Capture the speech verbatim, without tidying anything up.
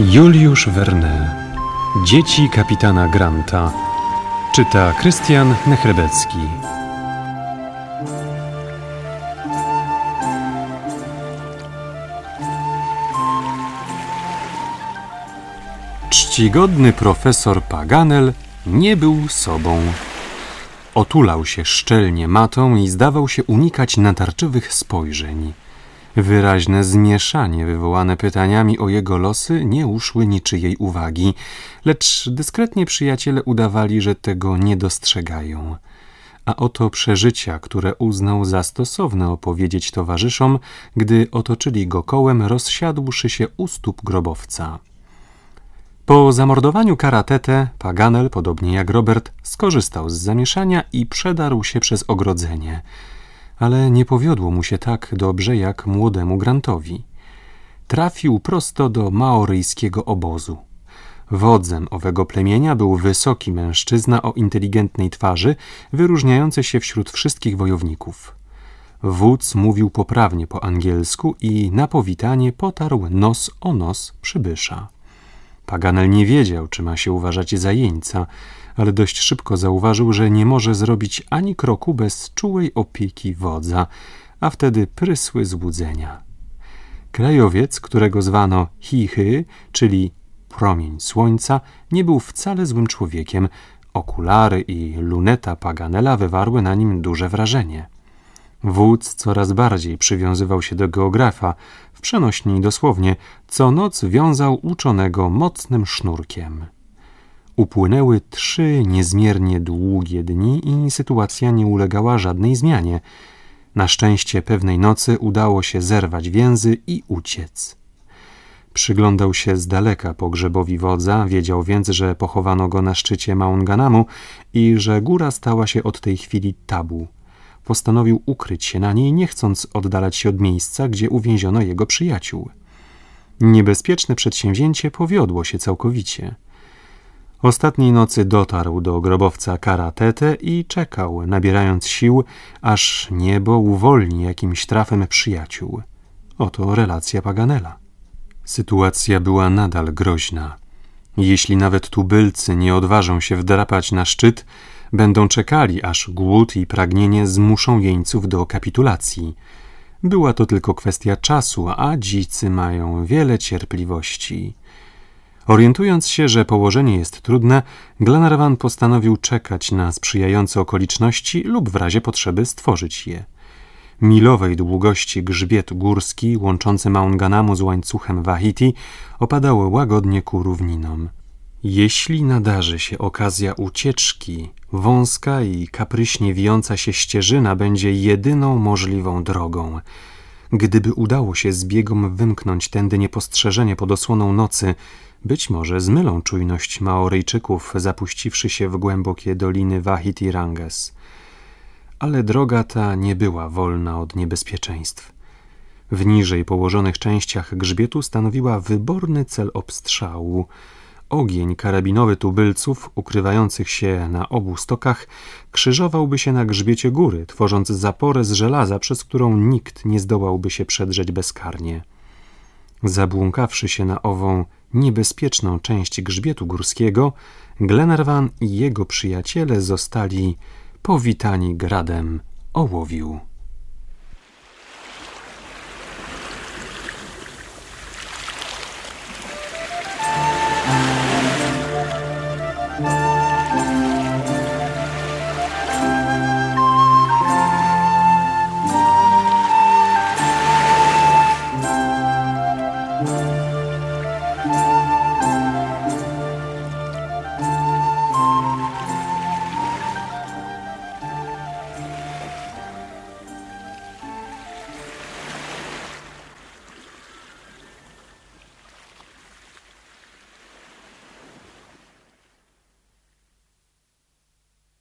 Juliusz Verne. Dzieci kapitana Granta. Czyta Krystian Nechrebecki. Czcigodny profesor Paganel nie był sobą. Otulał się szczelnie matą i zdawał się unikać natarczywych spojrzeń. Wyraźne zmieszanie wywołane pytaniami o jego losy nie uszły niczyjej uwagi, lecz dyskretnie przyjaciele udawali, że tego nie dostrzegają. A oto przeżycia, które uznał za stosowne opowiedzieć towarzyszom, gdy otoczyli go kołem, rozsiadłszy się u stóp grobowca. Po zamordowaniu Kara-Tetę Paganel, podobnie jak Robert, skorzystał z zamieszania i przedarł się przez ogrodzenie. Ale nie powiodło mu się tak dobrze jak młodemu Grantowi. Trafił prosto do maoryjskiego obozu. Wodzem owego plemienia był wysoki mężczyzna o inteligentnej twarzy, wyróżniający się wśród wszystkich wojowników. Wódz mówił poprawnie po angielsku i na powitanie potarł nos o nos przybysza. Paganel nie wiedział, czy ma się uważać za jeńca, ale dość szybko zauważył, że nie może zrobić ani kroku bez czułej opieki wodza, a wtedy prysły złudzenia. Krajowiec, którego zwano Hi-Hy, czyli promień słońca, nie był wcale złym człowiekiem. Okulary i luneta Paganela wywarły na nim duże wrażenie. Wódz coraz bardziej przywiązywał się do geografa, w przenośni dosłownie, co noc wiązał uczonego mocnym sznurkiem. Upłynęły trzy niezmiernie długie dni i sytuacja nie ulegała żadnej zmianie. Na szczęście pewnej nocy udało się zerwać więzy i uciec. Przyglądał się z daleka pogrzebowi wodza, wiedział więc, że pochowano go na szczycie Maunganamu i że góra stała się od tej chwili tabu. Postanowił ukryć się na niej, nie chcąc oddalać się od miejsca, gdzie uwięziono jego przyjaciół. Niebezpieczne przedsięwzięcie powiodło się całkowicie. Ostatniej nocy dotarł do grobowca Kara-Tetę i czekał, nabierając sił, aż niebo uwolni jakimś trafem przyjaciół. Oto relacja Paganela. Sytuacja była nadal groźna. Jeśli nawet tubylcy nie odważą się wdrapać na szczyt, będą czekali, aż głód i pragnienie zmuszą jeńców do kapitulacji. Była to tylko kwestia czasu, a dzicy mają wiele cierpliwości. Orientując się, że położenie jest trudne, Glenarvan postanowił czekać na sprzyjające okoliczności lub w razie potrzeby stworzyć je. Milowej długości grzbiet górski łączący Maunganamu z łańcuchem Wahiti opadały łagodnie ku równinom. Jeśli nadarzy się okazja ucieczki, wąska i kapryśnie wijąca się ścieżyna będzie jedyną możliwą drogą. Gdyby udało się zbiegom wymknąć tędy niepostrzeżenie pod osłoną nocy, być może zmylą czujność Maoryjczyków, zapuściwszy się w głębokie doliny Wahiti Ranges. Ale droga ta nie była wolna od niebezpieczeństw. W niżej położonych częściach grzbietu stanowiła wyborny cel obstrzału. Ogień karabinowy tubylców, ukrywających się na obu stokach, krzyżowałby się na grzbiecie góry, tworząc zaporę z żelaza, przez którą nikt nie zdołałby się przedrzeć bezkarnie. Zabłąkawszy się na ową niebezpieczną część grzbietu górskiego, Glenarvan i jego przyjaciele zostali powitani gradem ołowiu.